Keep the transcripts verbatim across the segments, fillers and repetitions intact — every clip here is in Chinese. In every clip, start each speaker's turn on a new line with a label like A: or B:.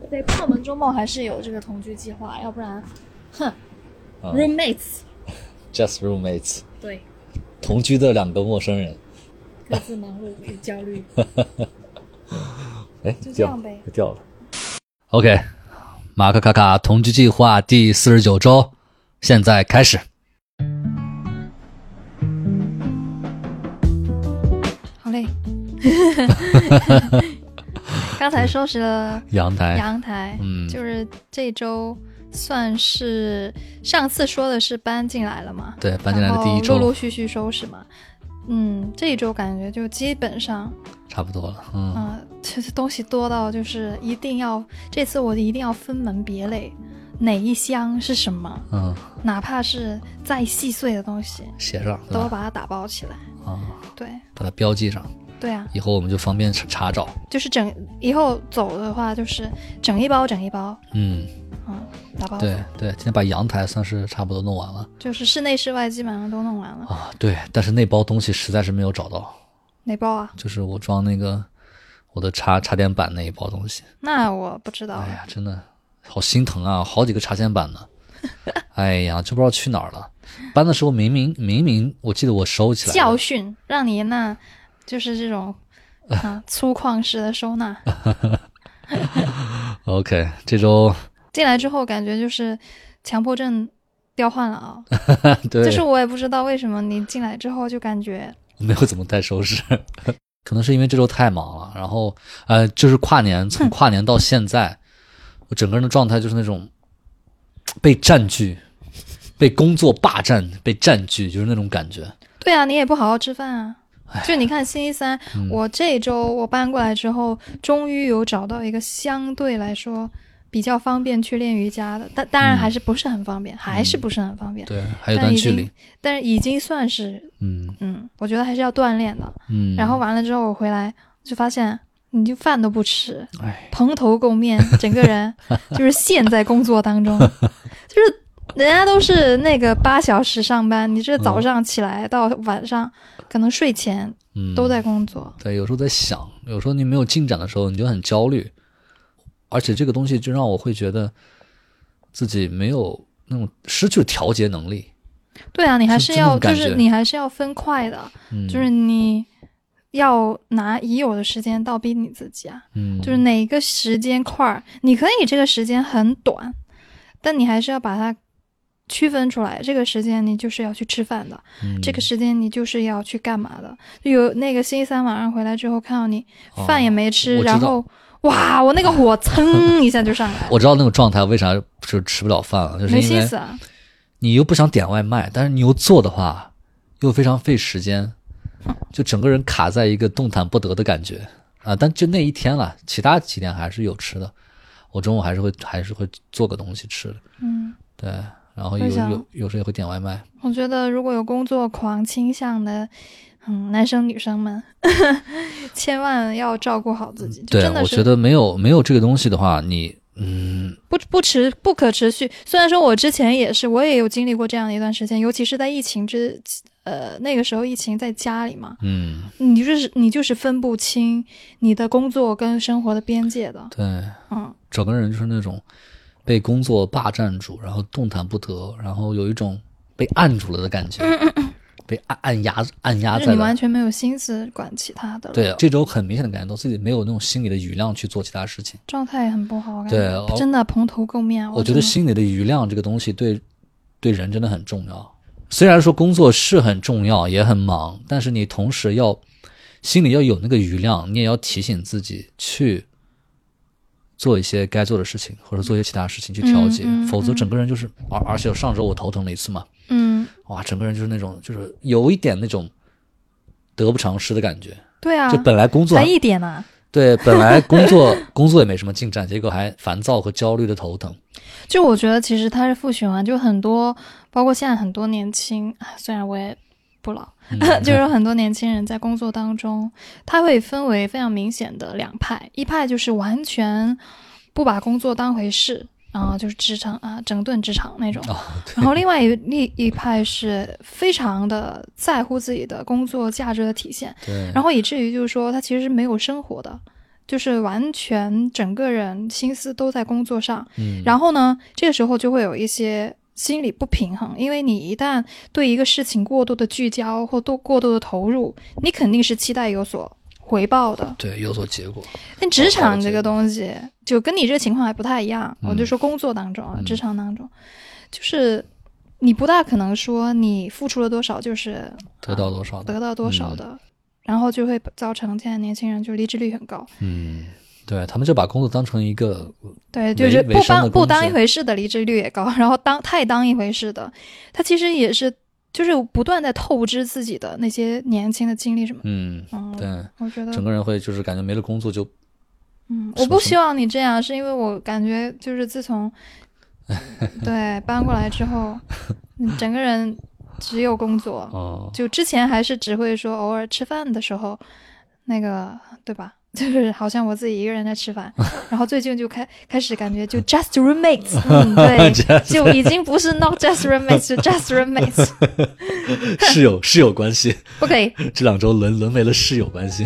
A: 对，澳门周末还是有这个同居计划，要不然，哼、嗯、，roommates，just
B: roommates，
A: 对，
B: 同居的两个陌生人，
A: 各自忙碌与焦虑。
B: 哎，
A: 就这样呗，
B: 掉了。OK， 马克卡卡同居计划第四十九周，现在开始。
A: 好嘞。刚才收拾了
B: 阳台，
A: 阳台，
B: 嗯，
A: 就是这周算是上次说的是搬进来了嘛，
B: 对，搬进来的第一周，
A: 陆陆续续收拾嘛，嗯，这一周感觉就基本上
B: 差不多了，嗯，
A: 嗯，其实东西多到就是一定要，这次我一定要分门别类，哪一箱是什么，
B: 嗯，
A: 哪怕是再细碎的东西，
B: 写上，
A: 都把它打包起来，
B: 啊，
A: 对，
B: 把它标记上。
A: 对啊，
B: 以后我们就方便查找。就是
A: 整以后走的话，就是整一包整一包。
B: 嗯，
A: 嗯，打包。
B: 对对，今天把阳台算是差不多弄完了。
A: 就是室内室外基本上都弄完了。
B: 啊，对，但是那包东西实在是没有找到。
A: 哪包啊？
B: 就是我装那个我的插插电板那一包东西。
A: 那我不知道。
B: 哎呀，真的好心疼啊，好几个插线板呢。哎呀，就不知道去哪儿了。搬的时候明明明明我记得我收起来了。
A: 教训，让你那。就是这种啊粗犷式的收纳。
B: OK， 这周
A: 进来之后感觉就是强迫症调换了啊。
B: 对，
A: 就是我也不知道为什么你进来之后就感觉
B: 没有怎么太收拾，可能是因为这周太忙了，然后呃，就是跨年，从跨年到现在，我整个人的状态就是那种被占据、被工作霸占、被占据，就是那种感觉。
A: 对啊，你也不好好吃饭啊。就你看星期三、嗯、我这周我搬过来之后终于有找到一个相对来说比较方便去练瑜伽的，但当然还是不是很方便、嗯、还是不是很方便、
B: 嗯、对，还有段距离，
A: 但是已经算是嗯嗯，我觉得还是要锻炼的。嗯，然后完了之后我回来就发现你就饭都不吃，蓬头垢面，整个人就是陷在工作当中。就是人家都是那个八小时上班，你这早上起来到晚上、嗯、可能睡前都在工作、
B: 嗯、对，有时候在想，有时候你没有进展的时候你就很焦虑，而且这个东西就让我会觉得自己没有那种失去了调节能力。
A: 对啊，你还是要就是你还是要分块的、嗯、就是你要拿已有的时间倒逼你自己啊，嗯，就是哪个时间块你可以这个时间很短，但你还是要把它区分出来，这个时间你就是要去吃饭的、嗯、这个时间你就是要去干嘛的。有那个星期三晚上回来之后看到你饭也没吃、哦、然后哇我那个火蹭一下就上来了。
B: 我知道那种状态为啥是吃不了饭了，就是因为你又不想点外卖，但是你又做的话又非常费时间，就整个人卡在一个动弹不得的感觉啊。但就那一天了，其他几天还是有吃的，我中午还是会还是会做个东西吃的。嗯，对，然后有有有时候也会点外卖。
A: 我觉得如果有工作狂倾向的嗯男生女生们千万要照顾好自己。
B: 对，我觉得没有没有这个东西的话，你嗯
A: 不不持不可持续。虽然说我之前也是我也有经历过这样的一段时间，尤其是在疫情之呃那个时候疫情在家里嘛，嗯，你就是你就是分不清你的工作跟生活的边界的。
B: 对，嗯，整个人就是那种被工作霸占住，然后动弹不得，然后有一种被按住了的感觉，嗯嗯嗯，被按按压按压在了，
A: 就是你完全没有心思管其他的了。
B: 对，这周很明显的感觉到自己没有那种心理的余量去做其他事情，
A: 状态也很不好。
B: 对，
A: 真的蓬头垢面。
B: 我觉得心理的余量这个东西对对人真的很重要。虽然说工作是很重要也很忙，但是你同时要心里要有那个余量，你也要提醒自己去做一些该做的事情，或者做一些其他事情去调节、嗯嗯、否则整个人就是而而且上周我头疼了一次嘛，嗯，哇，整个人就是那种就是有一点那种得不偿失的感觉。
A: 对啊，
B: 就本来工作
A: 才一点啊，
B: 对，本来工作工作也没什么进展，结果还烦躁和焦虑的头疼。
A: 就我觉得其实它是负循环，就很多包括现在很多年轻，虽然我也不老、嗯、就是很多年轻人在工作当中他会分为非常明显的两派，一派就是完全不把工作当回事，然后就是职场啊整顿职场那种、哦、然后另外一一一派是非常的在乎自己的工作价值的体现，对，然后以至于就是说他其实是没有生活的， 就是完全整个人心思都在工作上，
B: 嗯，
A: 然后呢这个时候就会有一些心理不平衡，因为你一旦对一个事情过度的聚焦或多过度的投入，你肯定是期待有所回报的，
B: 对，有所结果。
A: 但职场这个东西就跟你这个情况还不太一样，
B: 嗯、
A: 我就说工作当中啊、嗯，职场当中，就是你不大可能说你付出了多少就是
B: 得到多少的，
A: 得到多少的、嗯，然后就会造成现在年轻人就离职率很高。
B: 嗯，对，他们就把工作当成一个
A: 对，就是不当不当一回事的离职率也高，然后当太当一回事的，他其实也是就是不断在透支自己的那些年轻的精力什么。
B: 嗯，嗯对，
A: 我觉得
B: 整个人会就是感觉没了工作就，
A: 嗯，我不希望你这样，是因为我感觉就是自从对搬过来之后，整个人只有工作、
B: 哦、
A: 就之前还是只会说偶尔吃饭的时候那个对吧，就是好像我自己一个人在吃饭然后最近就开开始感觉就 just roommates 嗯对就已经不是 not just roommates 就 just roommates
B: 室友室友关系
A: 不可以，
B: 这两周沦沦为了室友关系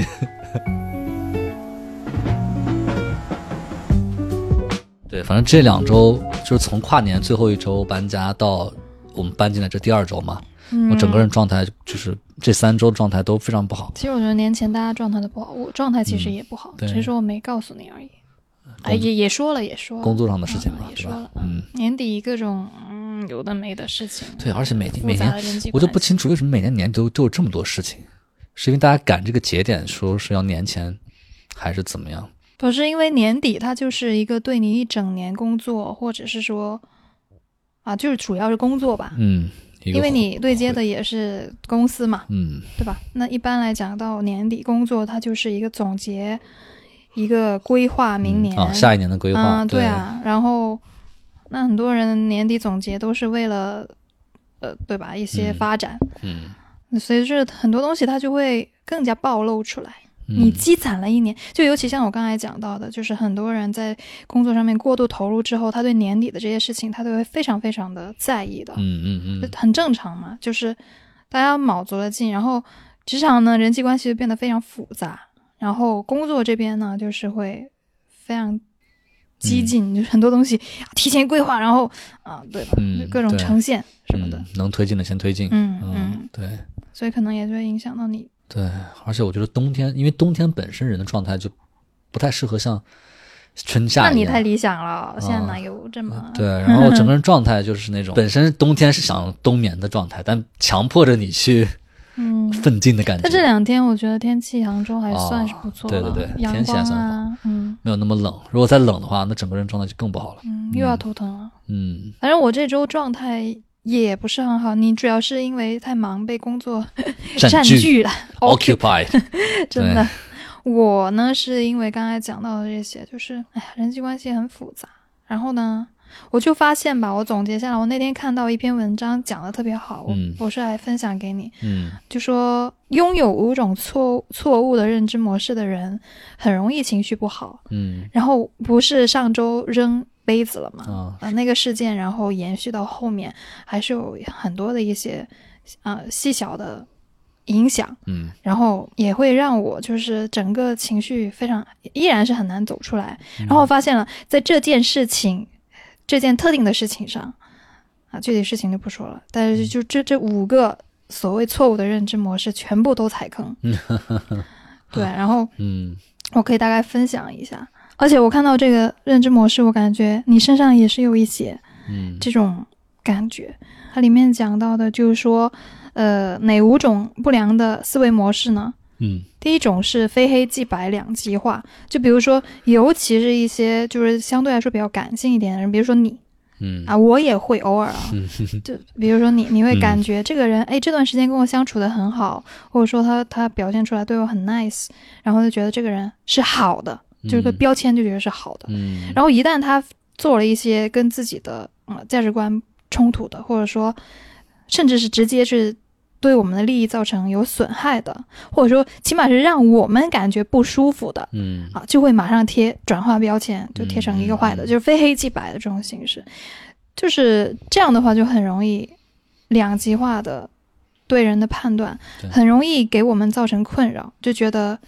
B: 对，反正这两周就是从跨年最后一周搬家到我们搬进来这第二周嘛、嗯、我整个人状态就是这三周状态都非常不好。
A: 其实我觉得年前大家状态都不好，我状态其实也不好、嗯、只是说我没告诉你而已。哎，也也说了也说了
B: 工作上的事情嘛、
A: 嗯、也说了，
B: 嗯，
A: 年底各种嗯有的没的事情。
B: 对，而且每每年我就不清楚为什么每年年底都都有这么多事情，是因为大家赶这个节点说是要年前还是怎么样？
A: 不是，因为年底它就是一个对你一整年工作，或者是说啊，就是主要是工作吧，
B: 嗯，
A: 因为你对接的也是公司嘛，
B: 嗯，
A: 对吧？那一般来讲到年底工作，它就是一个总结，一个规划明年、
B: 嗯、啊，下一年的规划，
A: 嗯、对啊。然后那很多人年底总结都是为了呃，对吧？一些发展，
B: 嗯，
A: 嗯所以这很多东西它就会更加暴露出来。你积攒了一年、嗯、就尤其像我刚才讲到的，就是很多人在工作上面过度投入之后，他对年底的这些事情他都会非常非常的在意的，
B: 嗯嗯嗯，
A: 很正常嘛，就是大家卯足了劲，然后职场呢人际关系就变得非常复杂，然后工作这边呢就是会非常激进、嗯、就是很多东西提前规划，然后啊对吧、嗯、各种呈现什么的、
B: 嗯、能推进的先推进，
A: 嗯
B: 嗯,
A: 嗯
B: 对，
A: 所以可能也就会影响到你。
B: 对，而且我觉得冬天，因为冬天本身人的状态就不太适合像春夏一样。
A: 那你太理想了，现在哪有这么、
B: 嗯、对，然后整个人状态就是那种本身冬天是想冬眠的状态，但强迫着你去嗯奋进的感觉。
A: 但这两天我觉得天气扬州还算是不错、哦、
B: 对对对，
A: 阳光啊，
B: 天气还算好，
A: 嗯，
B: 没有那么冷。如果再冷的话，那整个人状态就更不好了，
A: 嗯，又要头疼了。
B: 嗯，
A: 反正我这周状态也不是很好，你主要是因为太忙被工作占据了
B: occupied
A: 真的。我呢是因为刚才讲到的这些，就是哎呀人际关系很复杂，然后呢我就发现吧，我总结下来，我那天看到一篇文章讲的特别好，
B: 嗯，
A: 我是来分享给你，
B: 嗯，
A: 就说拥有五种错错误的认知模式的人很容易情绪不好，
B: 嗯，
A: 然后不是上周扔杯子了嘛、
B: 哦
A: 呃、那个事件然后延续到后面还是有很多的一些呃细小的影响，
B: 嗯，
A: 然后也会让我就是整个情绪非常依然是很难走出来、嗯、然后我发现了在这件事情这件特定的事情上啊，具体事情就不说了，但是就这这五个所谓错误的认知模式全部都踩坑对，然后
B: 嗯，
A: 我可以大概分享一下，而且我看到这个认知模式，我感觉你身上也是有一些
B: 嗯
A: 这种感觉、嗯、它里面讲到的就是说呃，哪五种不良的思维模式呢？
B: 嗯，
A: 第一种是非黑即白两极化，就比如说尤其是一些就是相对来说比较感性一点的人，比如说你
B: 嗯
A: 啊，我也会偶尔啊就比如说你你会感觉这个人哎、嗯、这段时间跟我相处的很好，或者说他他表现出来对我很 nice， 然后就觉得这个人是好的，就是个标签就觉得是好的，
B: 嗯，
A: 然后一旦他做了一些跟自己的呃价值观冲突的，或者说甚至是直接是对我们的利益造成有损害的，或者说起码是让我们感觉不舒服的，
B: 嗯
A: 啊，就会马上贴转化标签，就贴成一个坏的、嗯、就是非黑即白的这种形式，就是这样的话就很容易两极化的对人的判断，很容易给我们造成困扰，就觉得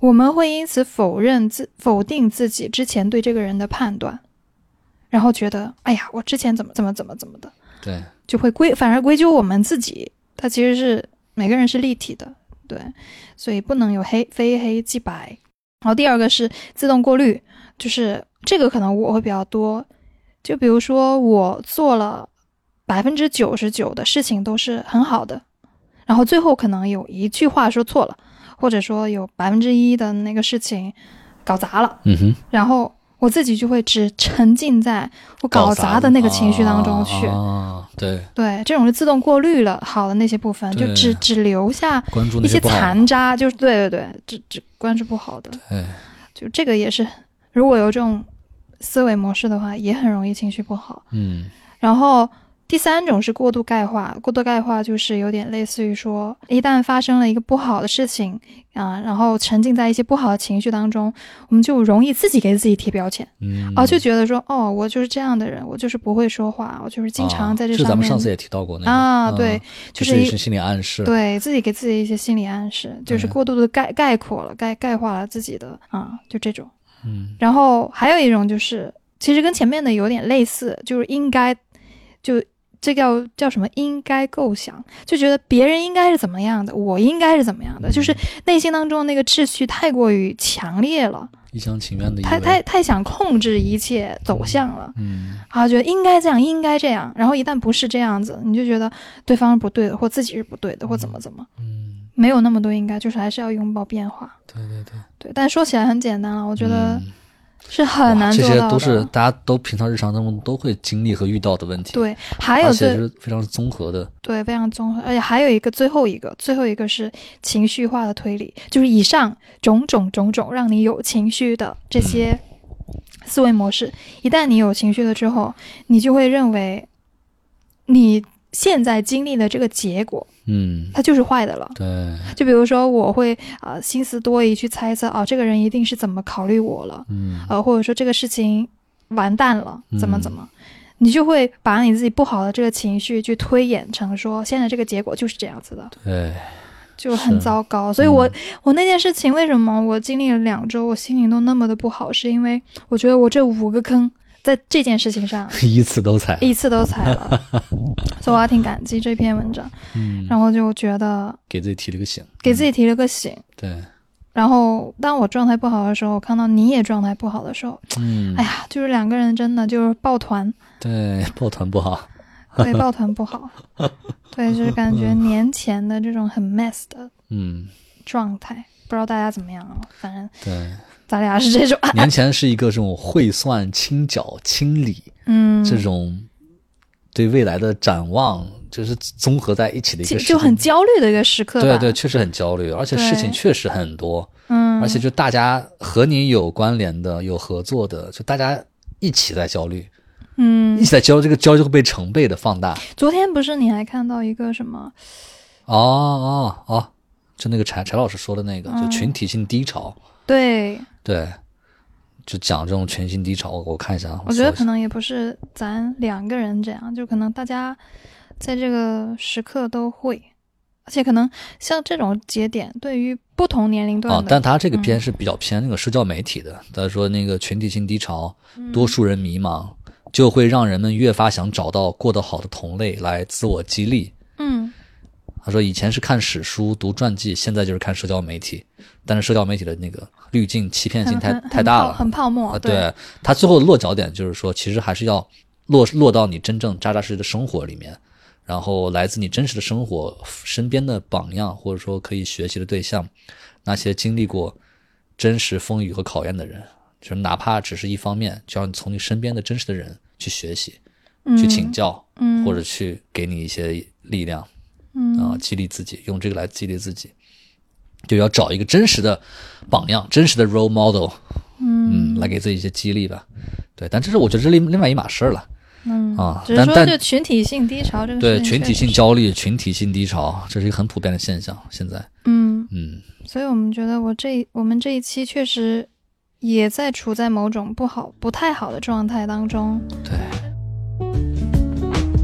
A: 我们会因此否认自否定自己之前对这个人的判断，然后觉得哎呀我之前怎么怎么怎么怎么的，
B: 对，
A: 就会归反而归咎我们自己。它其实是每个人是立体的，对，所以不能有黑非黑即白。然后第二个是自动过滤，就是这个可能我会比较多，就比如说我做了百分之九十九的事情都是很好的，然后最后可能有一句话说错了，或者说有百分之一的那个事情搞砸了，
B: 嗯哼，
A: 然后我自己就会只沉浸在我搞砸的那个情绪当中去，
B: 啊，对
A: 对，这种是自动过滤了好的那些部分，就只只留下一些残渣，就是对对对，只只关注不好的，
B: 对，
A: 就这个也是，如果有这种思维模式的话，也很容易情绪不好。
B: 嗯，
A: 然后第三种是过度钙化，过度钙化就是有点类似于说，一旦发生了一个不好的事情啊，然后沉浸在一些不好的情绪当中，我们就容易自己给自己贴标签，
B: 嗯，
A: 啊，就觉得说，哦，我就是这样的人，我就是不会说话，我就是经常在这上面。
B: 啊、是咱们上次也提到过那个
A: 啊，对，
B: 嗯、
A: 就是
B: 一、就是心理暗示，
A: 对自己给自己一些心理暗示，就是过度的概概括了、概概化了自己的啊，就这种。
B: 嗯，
A: 然后还有一种就是，其实跟前面的有点类似，就是应该就。这叫叫什么？应该构想，就觉得别人应该是怎么样的，我应该是怎么样的，嗯、就是内心当中那个秩序太过于强烈了，
B: 一厢情愿的，
A: 太太太想控制一切走向了，
B: 嗯，
A: 啊，觉得应该这样，应该这样，然后一旦不是这样子，你就觉得对方是不对的，或自己是不对的，或怎么怎么，
B: 嗯，
A: 没有那么多应该，就是还是要拥抱变化，
B: 对对对
A: 对，但说起来很简单了，我觉得。嗯是很难做到的，
B: 这些都是大家都平常日常当中都会经历和遇到的问题。
A: 对，还有
B: 而且是非常综合的。
A: 对，非常综合，而且还有一个最后一个，最后一个是情绪化的推理，就是以上种种种种让你有情绪的这些思维模式，嗯、一旦你有情绪了之后，你就会认为你现在经历的这个结果。
B: 嗯，
A: 它就是坏的了。
B: 对，
A: 就比如说我会啊、呃、心思多疑去猜测啊这个人一定是怎么考虑我了，
B: 嗯，
A: 呃或者说这个事情完蛋了，怎么怎么，
B: 嗯、
A: 你就会把你自己不好的这个情绪去推演成说现在这个结果就是这样子的，
B: 对，
A: 就很糟糕。所以我、嗯、我那件事情为什么我经历了两周我心情都那么的不好，是因为我觉得我这五个坑在这件事情上
B: 一次都踩
A: 一次都踩了所以我还挺感激这篇文章，
B: 嗯，
A: 然后就觉得
B: 给自己提了个醒，
A: 给自己提了个醒，
B: 嗯、对。
A: 然后当我状态不好的时候，我看到你也状态不好的时候，
B: 嗯，
A: 哎呀，就是两个人真的就是抱团，
B: 对，抱团不好，
A: 对，抱团不好，对，就是感觉年前的这种很 mess 的
B: 嗯
A: 状态，嗯、不知道大家怎么样啊？反正
B: 对。
A: 咱俩是这种
B: 年前是一个这种汇算、清缴、清理，
A: 嗯，
B: 这种对未来的展望，就是综合在一起的一个时
A: 就很焦虑的一个时刻吧。
B: 对对，确实很焦虑，而且事情确实很多，
A: 嗯，
B: 而且就大家和你有关联的、有合作的，就大家一起在焦虑，
A: 嗯，
B: 一起在焦，这个焦就会被成倍的放大。
A: 昨天不是你还看到一个什么？
B: 哦哦哦，就那个柴柴老师说的那个，就群体性低潮。
A: 嗯、对。
B: 对，就讲这种全新低潮，我看一下。
A: 我觉得可能也不是咱两个人这样，就可能大家在这个时刻都会，而且可能像这种节点，对于不同年龄段的，
B: 哦，但他这个篇是比较偏那个社交媒体的。他、嗯、说那个群体性低潮，多数人迷茫，嗯、就会让人们越发想找到过得好的同类来自我激励。
A: 嗯。
B: 他说以前是看史书读传记，现在就是看社交媒体，但是社交媒体的那个滤镜欺骗性太太大了，
A: 很泡沫。
B: 对，对他最后的落脚点就是说其实还是要落落到你真正扎扎实实的生活里面，然后来自你真实的生活身边的榜样，或者说可以学习的对象，那些经历过真实风雨和考验的人，就是哪怕只是一方面，就要你从你身边的真实的人去学习、嗯、去请教、
A: 嗯、
B: 或者去给你一些力量，
A: 嗯
B: 啊，激励自己，用这个来激励自己，就要找一个真实的榜样，真实的 role model，
A: 嗯
B: 嗯，来给自己一些激励吧。对，但这是我觉得是另另外一码事了，
A: 嗯
B: 啊，
A: 只是说这群体性低潮这个
B: 对群体性焦虑、群体性低潮，这是一个很普遍的现象。现在，
A: 嗯
B: 嗯，
A: 所以我们觉得我这我们这一期确实也在处在某种不好、不太好的状态当中。
B: 对。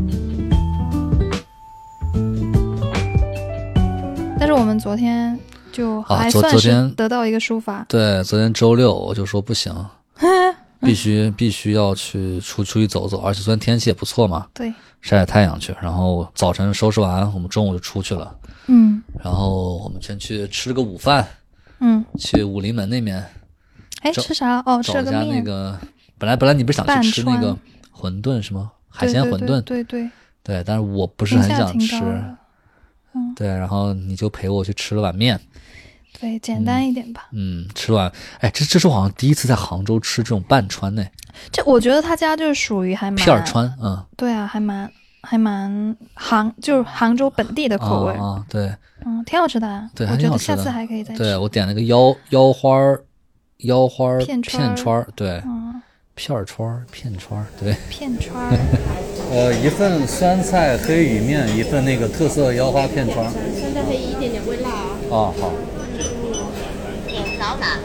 A: 但是我们昨天就还算是得到一个抒发。
B: 啊、对，昨天周六我就说不行，必须必须要去出出去走走，而且昨天天气也不错嘛，
A: 对，
B: 晒晒太阳去。然后早晨收拾完，我们中午就出去了，
A: 嗯，
B: 然后我们先去吃了个午饭，
A: 嗯，
B: 去武林门那边。
A: 哎，吃啥？哦，吃了个面。
B: 那个本来本来你不是想去吃那个馄饨是吗？海鲜馄饨，
A: 对对 对, 对, 对,
B: 对，但是我不是很想吃，
A: 嗯，
B: 对，然后你就陪我去吃了碗面，
A: 对，简单一点吧。
B: 嗯，嗯吃完，哎，这这是我好像第一次在杭州吃这种半川呢。
A: 这我觉得他家就是属于还蛮
B: 片川，嗯，
A: 对啊，还蛮还蛮杭，就是杭州本地的口味
B: 啊、哦，对，
A: 嗯，挺好吃的啊，
B: 对，
A: 我觉得下次还可以再吃。
B: 对，我点了个腰腰花腰花
A: 片川，
B: 片川，对，
A: 嗯，
B: 片川片川，对，
A: 片川。
B: 呃，一份酸菜黑鱼面，一份那个特色腰花片川。
C: 酸菜黑鱼一点点微辣啊。
B: 哦，好。
C: 请扫码。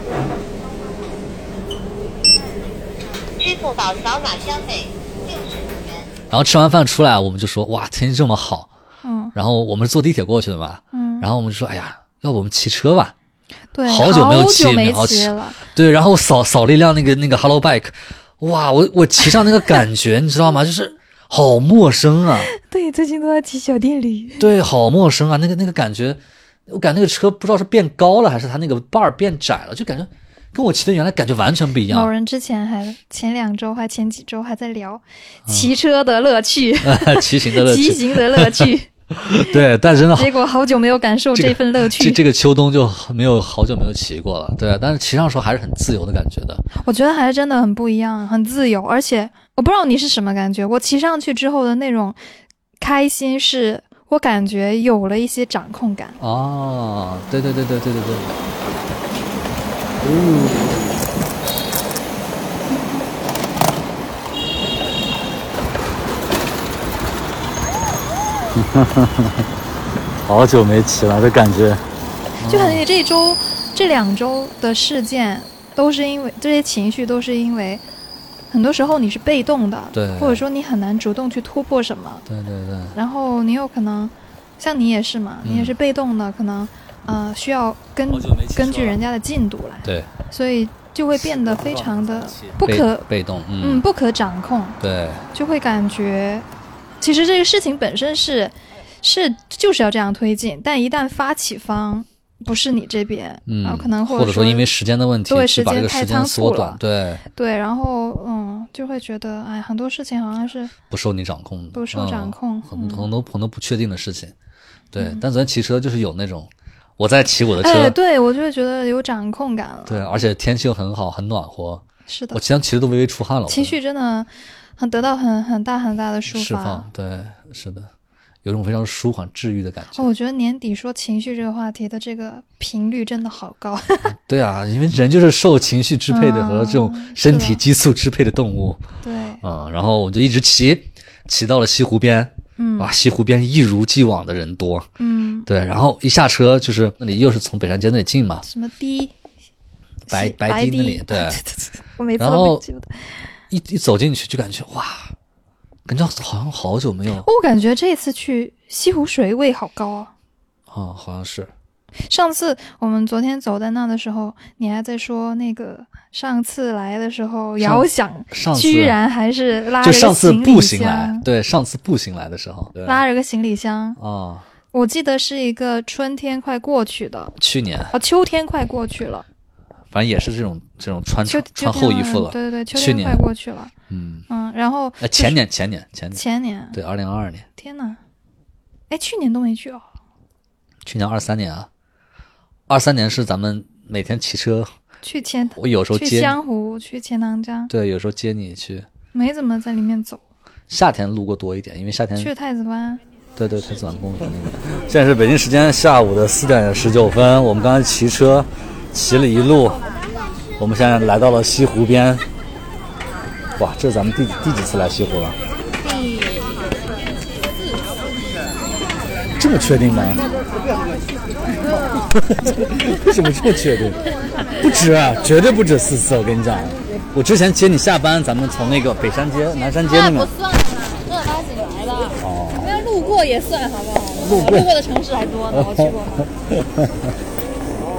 C: 支付宝扫码消费六十五元。
B: 然后吃完饭出来，我们就说哇，天气这么好，
A: 嗯，
B: 然后我们是坐地铁过去的嘛，
A: 嗯，
B: 然后我们就说，哎呀，要不我们骑车吧？
A: 对，
B: 好久没有骑，
A: 没骑了。
B: 对，然后扫扫了一辆那个那个 Hello Bike， 哇，我我骑上那个感觉，你知道吗？就是好陌生啊。
A: 对，最近都在骑小电驴。
B: 对，好陌生啊，那个那个感觉，我感觉那个车不知道是变高了还是它那个把儿变窄了，就感觉跟我骑的原来感觉完全不一样。
A: 某人之前还前两周还前几周还在聊骑车的乐趣，
B: 嗯、骑行的乐趣，
A: 骑行的乐趣。
B: 对，但真的
A: 结果好久没有感受这份乐趣。
B: 这、这个、这个秋冬就没有好久没有骑过了，对，但是骑上时候还是很自由的感觉的。
A: 我觉得还是真的很不一样，很自由，而且我不知道你是什么感觉，我骑上去之后的那种开心是，我感觉有了一些掌控感。
B: 哦，对对对对对对对。哦。好久没骑了，这感觉
A: 就感觉这周、这两周的事件都是因为这些情绪，都是因为很多时候你是被动的，
B: 对，
A: 或者说你很难主动去突破什么，
B: 对对对。
A: 然后你有可能，像你也是嘛，
B: 嗯、
A: 你也是被动的，可能呃需要根根据人家的进度来，
B: 对，
A: 所以就会变得非常的不可
B: 被动，嗯,
A: 嗯，不可掌控，
B: 对，
A: 就会感觉。其实这个事情本身是是就是要这样推进，但一旦发起方不是你这边，
B: 嗯，
A: 然后可能或者
B: 说, 或者说因为时间的问题，
A: 对，
B: 去把这个时间缩短，对
A: 对，然后嗯，就会觉得哎，很多事情好像是
B: 不受你掌控的，
A: 不受掌控，
B: 嗯、很多很多很多不确定的事情，对。嗯、但昨天骑车就是有那种我在骑我的车，
A: 哎，对我就会觉得有掌控感了，
B: 对，而且天气又很好，很暖和，
A: 是的，
B: 我骑上骑的都微微出汗了，
A: 情绪真的很得到很很大很大的抒发，
B: 释放，对，是的。有种非常舒缓治愈的感觉、
A: 哦、我觉得年底说情绪这个话题的这个频率真的好高
B: 对啊，因为人就是受情绪支配的和这种身体激素支配的动物、
A: 嗯、对，
B: 嗯，然后我就一直骑骑到了西湖边，
A: 嗯，
B: 哇，西湖边一如既往的人多，
A: 嗯，
B: 对，然后一下车就是那里又是从北山街那里进嘛，
A: 什么堤
B: 白白堤那里，对
A: 我每次都记得，
B: 一一走进去就感觉哇，感觉好像好久没有，
A: 我感觉这次去西湖水位好高啊！
B: 啊，好像是。
A: 上次我们昨天走在那的时候，你还在说那个上次来的时候遥想，居然还是拉着个行李箱。
B: 就上次步行来，对，上次步行来的时候，
A: 拉着个行李箱
B: 啊。
A: 我记得是一个春天快过去的，
B: 去年
A: 哦，秋天快过去了。
B: 反正也是这种这种穿穿厚衣服了，
A: 对对对，秋天快过去了，
B: 嗯
A: 嗯，然后、
B: 就是、前年前年前年
A: 前年
B: 对二零二二年，
A: 天哪，哎，去年都没去哦，
B: 去年二三年啊，二三年是咱们每天骑车
A: 去钱，
B: 我有时候接
A: 去湘湖去钱塘江，
B: 对，有时候接你去，
A: 没怎么在里面走，
B: 夏天路过多一点，因为夏天
A: 去太子湾，
B: 对对，太子湾公园那个。现在是北京时间下午的四点十九分，我们刚才骑车。骑了一路，我们现在来到了西湖边。哇，这是咱们第第几次来西湖了？
C: 第四次。
B: 这么确定吗？为什么这么确定？不止，绝对不止四次。我跟你讲，我之前接你下班，咱们从那个北山街、南山街那
C: 个。不算了，正儿八经来的。哦。我们要路过也算，好不好？
B: 路过
C: 路过的城市还多呢，我去过。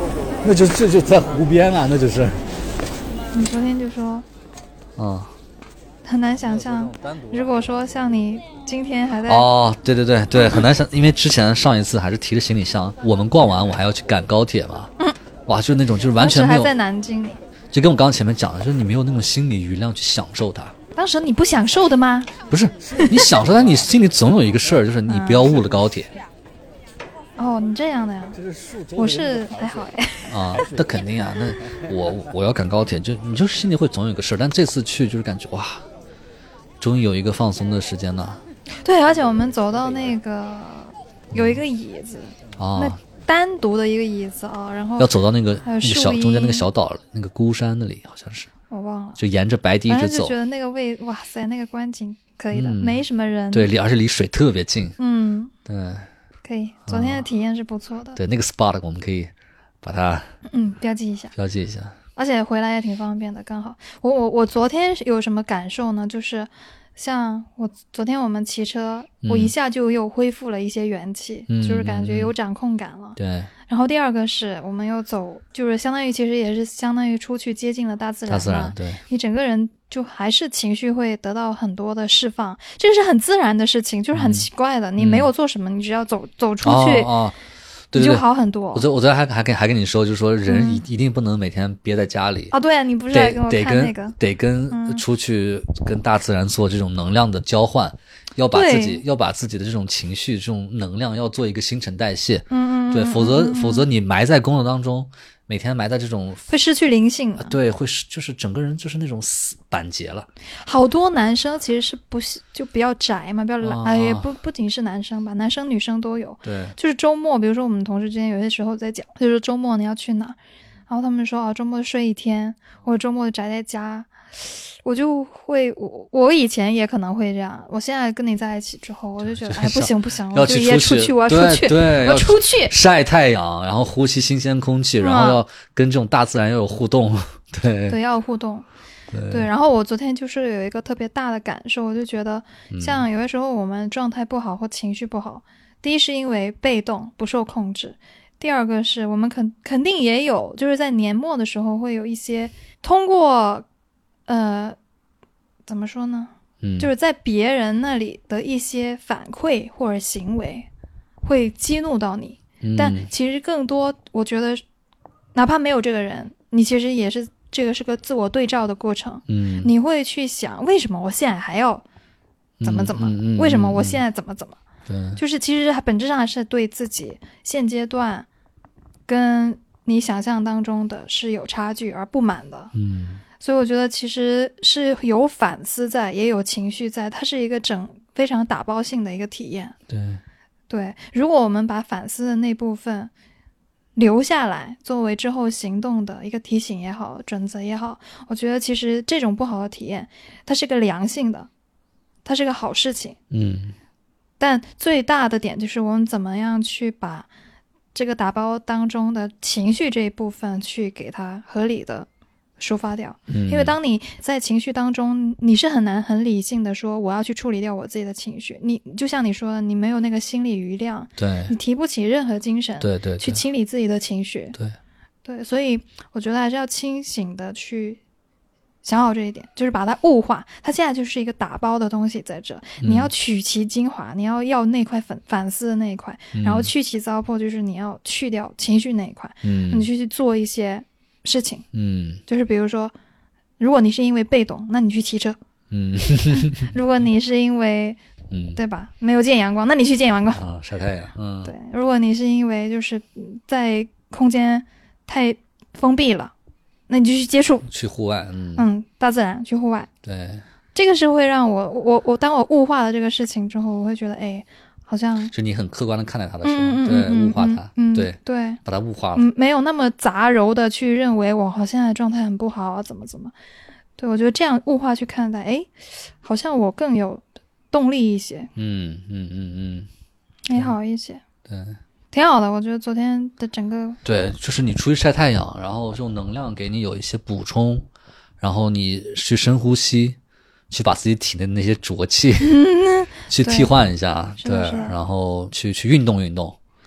B: 那就这就在湖边啊，那就是。
A: 你昨天就说，
B: 嗯，
A: 很难想象，如果说像你今天还在
B: 哦，对对对对，很难想，因为之前上一次还是提着行李箱，我们逛完我还要去赶高铁嘛，嗯、哇，就那种就是完全没有。
A: 当时还在南京，
B: 就跟我刚刚前面讲的，就是你没有那种心理余量去享受它。
A: 当时你不享受的吗？
B: 不是，你享受它，你心里总有一个事儿，就是你不要误了高铁。
A: 哦，你这样的呀？我是还好哎。
B: 啊，那肯定啊，那我我要赶高铁，就你就是心里会总有一个事儿，但这次去就是感觉哇，终于有一个放松的时间了。
A: 对，而且我们走到那个有一个椅子
B: 啊，
A: 那单独的一个椅子啊，然后
B: 要走到那个那个小中间那个小岛那个孤山那里，好像是
A: 我忘了，
B: 就沿着白堤一直走，
A: 就觉得那个位哇塞，那个观景可以的，嗯、没什么人，
B: 对，离而且离水特别近，
A: 嗯，
B: 对。
A: 可以，昨天的体验是不错的。
B: 啊、对，那个 spot 我们可以把它
A: 嗯标记一下，
B: 标记一下。
A: 而且回来也挺方便的，刚好。我我我昨天有什么感受呢？就是像我昨天我们骑车，嗯、我一下就又恢复了一些元气，嗯、就是感觉有掌控感了。
B: 对。
A: 然后第二个是我们又走，就是相当于其实也是相当于出去接近了大自然嘛。
B: 大自然，对。
A: 你整个人就还是情绪会得到很多的释放，这个是很自然的事情，就是很奇怪的。嗯、你没有做什么，你只要走走出去。
B: 哦哦对
A: 你就好很多。
B: 我昨我昨天还还跟还跟你说，就是说人一、嗯、一定不能每天憋在家里。
A: 哦，对啊，你不是还跟我看那个？
B: 得跟得跟出去跟大自然做这种能量的交换，嗯、要把自己要把自己的这种情绪、这种能量要做一个新陈代谢。
A: 嗯嗯。
B: 对，否则、嗯、否则你埋在工作当中，每天埋在这种
A: 会失去灵性、
B: 啊。对，会就是整个人就是那种死板结了。
A: 好多男生其实是不就比较宅嘛，比较懒，哎、啊，也不不仅是男生吧，男生女生都有。
B: 对，
A: 就是周末，比如说我们同事之间有些时候在讲，就是周末你要去哪，然后他们说啊，周末睡一天，或者周末宅在家。我就会，我我以前也可能会这样，我现在跟你在一起之后，我就觉得，哎，不行不行，我就也出去，我要出去，
B: 对，
A: 我要出去
B: 晒太阳，然后呼吸新鲜空气，然后要跟这种大自然要有互动，对
A: 对，要有互动，对, 对。然后我昨天就是有一个特别大的感受，我就觉得，像有些时候我们状态不好或情绪不好，第一是因为被动不受控制，第二个是我们肯肯定也有，就是在年末的时候会有一些通过。呃，怎么说呢？嗯，就是在别人那里的一些反馈或者行为，会激怒到你。嗯、但其实更多，我觉得，哪怕没有这个人，你其实也是这个是个自我对照的过程。嗯，你会去想，为什么我现在还要怎么怎么？嗯嗯、为什么我现在怎么怎么？
B: 对，
A: 就是其实本质上还是对自己现阶段跟你想象当中的是有差距而不满的。
B: 嗯。
A: 所以我觉得其实是有反思在，也有情绪在，它是一个整非常打包性的一个体验。
B: 对
A: 对，如果我们把反思的那部分留下来，作为之后行动的一个提醒也好，准则也好，我觉得其实这种不好的体验，它是个良性的，它是个好事情。
B: 嗯。
A: 但最大的点就是我们怎么样去把这个打包当中的情绪这一部分去给它合理的抒发掉，
B: 嗯、
A: 因为当你在情绪当中，你是很难很理性的说我要去处理掉我自己的情绪，你就像你说的，你没有那个心理余量，
B: 对，
A: 你提不起任何精神，
B: 对 对, 对，
A: 去清理自己的情绪，
B: 对
A: 对，所以我觉得还是要清醒的去想好这一点，就是把它物化，它现在就是一个打包的东西在这，嗯、你要取其精华，你要要那块反反思的那一块，嗯、然后去其糟粕，就是你要去掉情绪那一块，
B: 嗯，
A: 你去去做一些事情，
B: 嗯，
A: 就是比如说，如果你是因为被动，那你去骑车，
B: 嗯，
A: 如果你是因为，
B: 嗯，
A: 对吧？没有见阳光，那你去见阳光
B: 啊，晒太阳，嗯，
A: 对。如果你是因为就是在空间太封闭了，那你就去接触，
B: 去户外，嗯
A: 嗯，大自然，去户外，
B: 对，
A: 这个是会让我我我当我物化了这个事情之后，我会觉得，哎。好像
B: 就你很客观的看待它的时候，
A: 嗯、
B: 对、
A: 嗯、
B: 物化它，
A: 嗯、
B: 对
A: 对，
B: 把它物化了，
A: 嗯，没有那么杂糅的去认为我好现在状态很不好啊，怎么怎么，对，我觉得这样物化去看待，哎，好像我更有动力一些，
B: 嗯嗯嗯嗯，
A: 也好一些，
B: 对，
A: 挺好的，我觉得昨天的整个，
B: 对，就是你出去晒太阳，然后这种能量给你有一些补充，然后你去深呼吸。去把自己体内的那些浊气去替换一下，对，
A: 对，
B: 然后去去运动运动。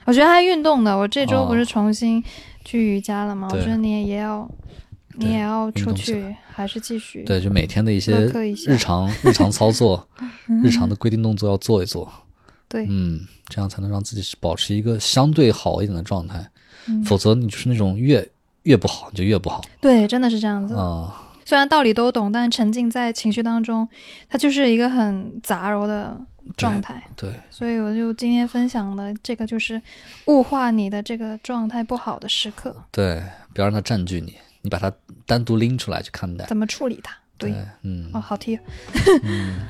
A: 我觉得还运动的，我这周不是重新去瑜伽了吗？
B: 哦、
A: 我觉得你也要，你也要出去，还是继续。
B: 对，就每天的一些日常日常操作、日常的规定动作要做一做。
A: 对，
B: 嗯，这样才能让自己保持一个相对好一点的状态。嗯、否则你就是那种越越不好，你就越不好。
A: 对，真的是这样子
B: 啊。嗯，
A: 虽然道理都懂，但沉浸在情绪当中，它就是一个很杂糅的状态。
B: 对，对，
A: 所以我就今天分享的这个就是物化你的这个状态不好的时刻。
B: 对，不要让它占据你，你把它单独拎出来去看待，
A: 怎么处理它。对，
B: 对，嗯，
A: 哦，好听。
B: 嗯。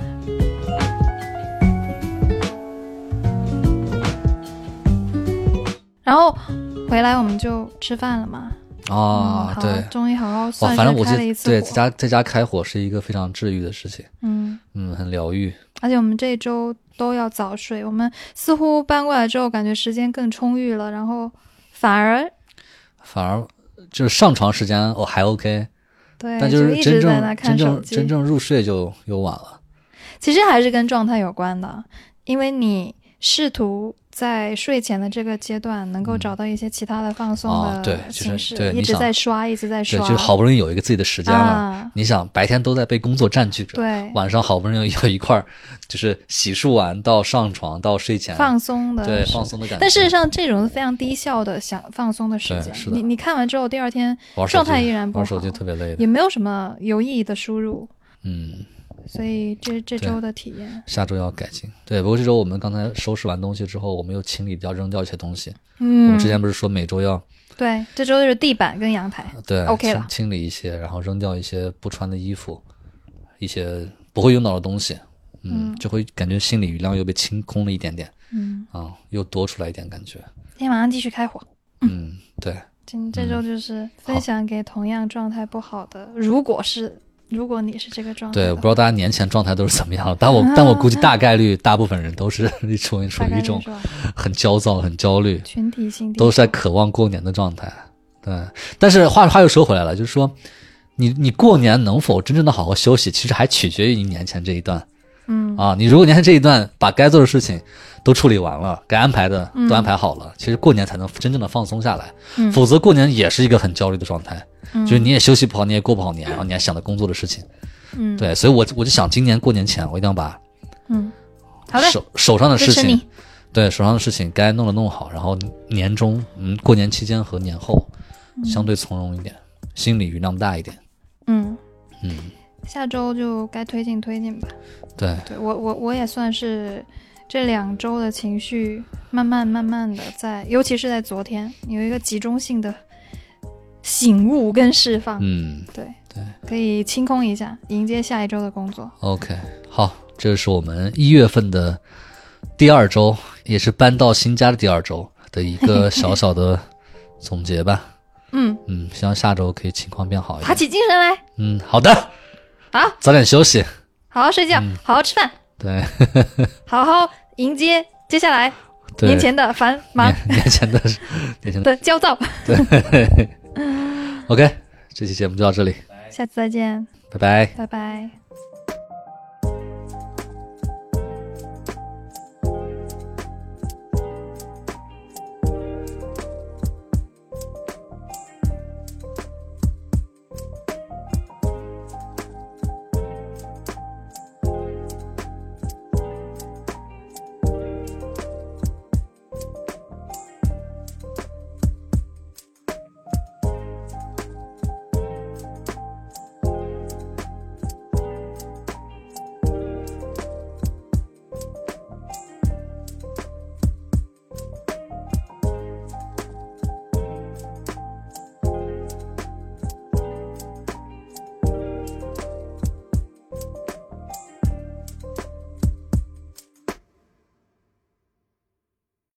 A: 然后回来我们就吃饭了嘛。
B: 啊、
A: 嗯，
B: 对，
A: 终于好好算是开了一次火。
B: 对，在家在家开火是一个非常治愈的事情。
A: 嗯
B: 嗯，很疗愈。
A: 而且我们这一周都要早睡，我们似乎搬过来之后感觉时间更充裕了，然后反而
B: 反而就是上床时间哦还 OK，
A: 对，
B: 但就是真正真正
A: 机
B: 真正入睡就又晚了。
A: 其实还是跟状态有关的，因为你试图在睡前的这个阶段能够找到一些其他的放松的形式，
B: 嗯哦、对，
A: 一直在刷一直在刷，
B: 对，就好不容易有一个自己的时间了、
A: 啊、
B: 你想白天都在被工作占据着，
A: 对，
B: 晚上好不容易有一块就是洗漱完到上床到睡前
A: 放松的，
B: 对，放松的感觉。
A: 但事实上这种是非常低效的想放松的时间，
B: 是的，
A: 你你看完之后第二天状态依然不好，
B: 玩手机特别累的，
A: 也没有什么有意义的输入。
B: 嗯，
A: 所以这这周的体验，
B: 下周要改进。对，不过这周我们刚才收拾完东西之后，我们又清理掉扔掉一些东西。
A: 嗯，
B: 我们之前不是说每周要
A: 对，这周就是地板跟阳台，
B: 对
A: ，OK 了，
B: 清理一些，然后扔掉一些不穿的衣服，一些不会用到的东西，嗯，嗯就会感觉心理余量又被清空了一点点，
A: 嗯
B: 啊，又多出来一点感觉。
A: 今天晚上继续开火。
B: 嗯，嗯对。
A: 今这周就是分享给同样状态不好的，嗯、如果是。如果你是这个状态，
B: 对，我不知道大家年前状态都是怎么样的，但我、啊、但我估计大概率大部分人都是处于处于一种很焦躁、很焦虑，
A: 群体性
B: 都是在渴望过年的状态。对，但是话话又说回来了，就是说，你你过年能否真正的好好休息，其实还取决于你年前这一段。
A: 嗯
B: 啊，你如果年前这一段把该做的事情都处理完了，该安排的都安排好了，嗯、其实过年才能真正的放松下来。
A: 嗯、
B: 否则过年也是一个很焦虑的状态。
A: 嗯、
B: 就是你也休息不好，你也过不好年，然后你还想着工作的事情，
A: 嗯，
B: 对，所以我我就想今年过年前我一定要把，
A: 嗯，好的，
B: 手手上的事情，对手上的事情该弄的弄好，然后年中，嗯，过年期间和年后，相对从容一点，嗯、心理余量大一点，
A: 嗯
B: 嗯，
A: 下周就该推进推进吧，
B: 对，
A: 对我我我也算是这两周的情绪慢慢慢慢的在，尤其是在昨天有一个集中性的醒悟跟释放，
B: 嗯，
A: 对
B: 对，
A: 可以清空一下，迎接下一周的工作。
B: OK， 好，这是我们一月份的第二周，也是搬到新家的第二周的一个小小的总结吧。
A: 嗯
B: 嗯，希望下周可以情况变好一点，
A: 爬起精神来。
B: 嗯，好的，
A: 好，
B: 早点休息，
A: 好好睡觉，嗯、好好吃饭，
B: 对，
A: 好好迎接接下来年前的繁忙，
B: 年, 年前的年前
A: 的焦躁。
B: 对。OK， 这期节目就到这里，
A: 下次再见，
B: 拜拜，
A: 拜拜。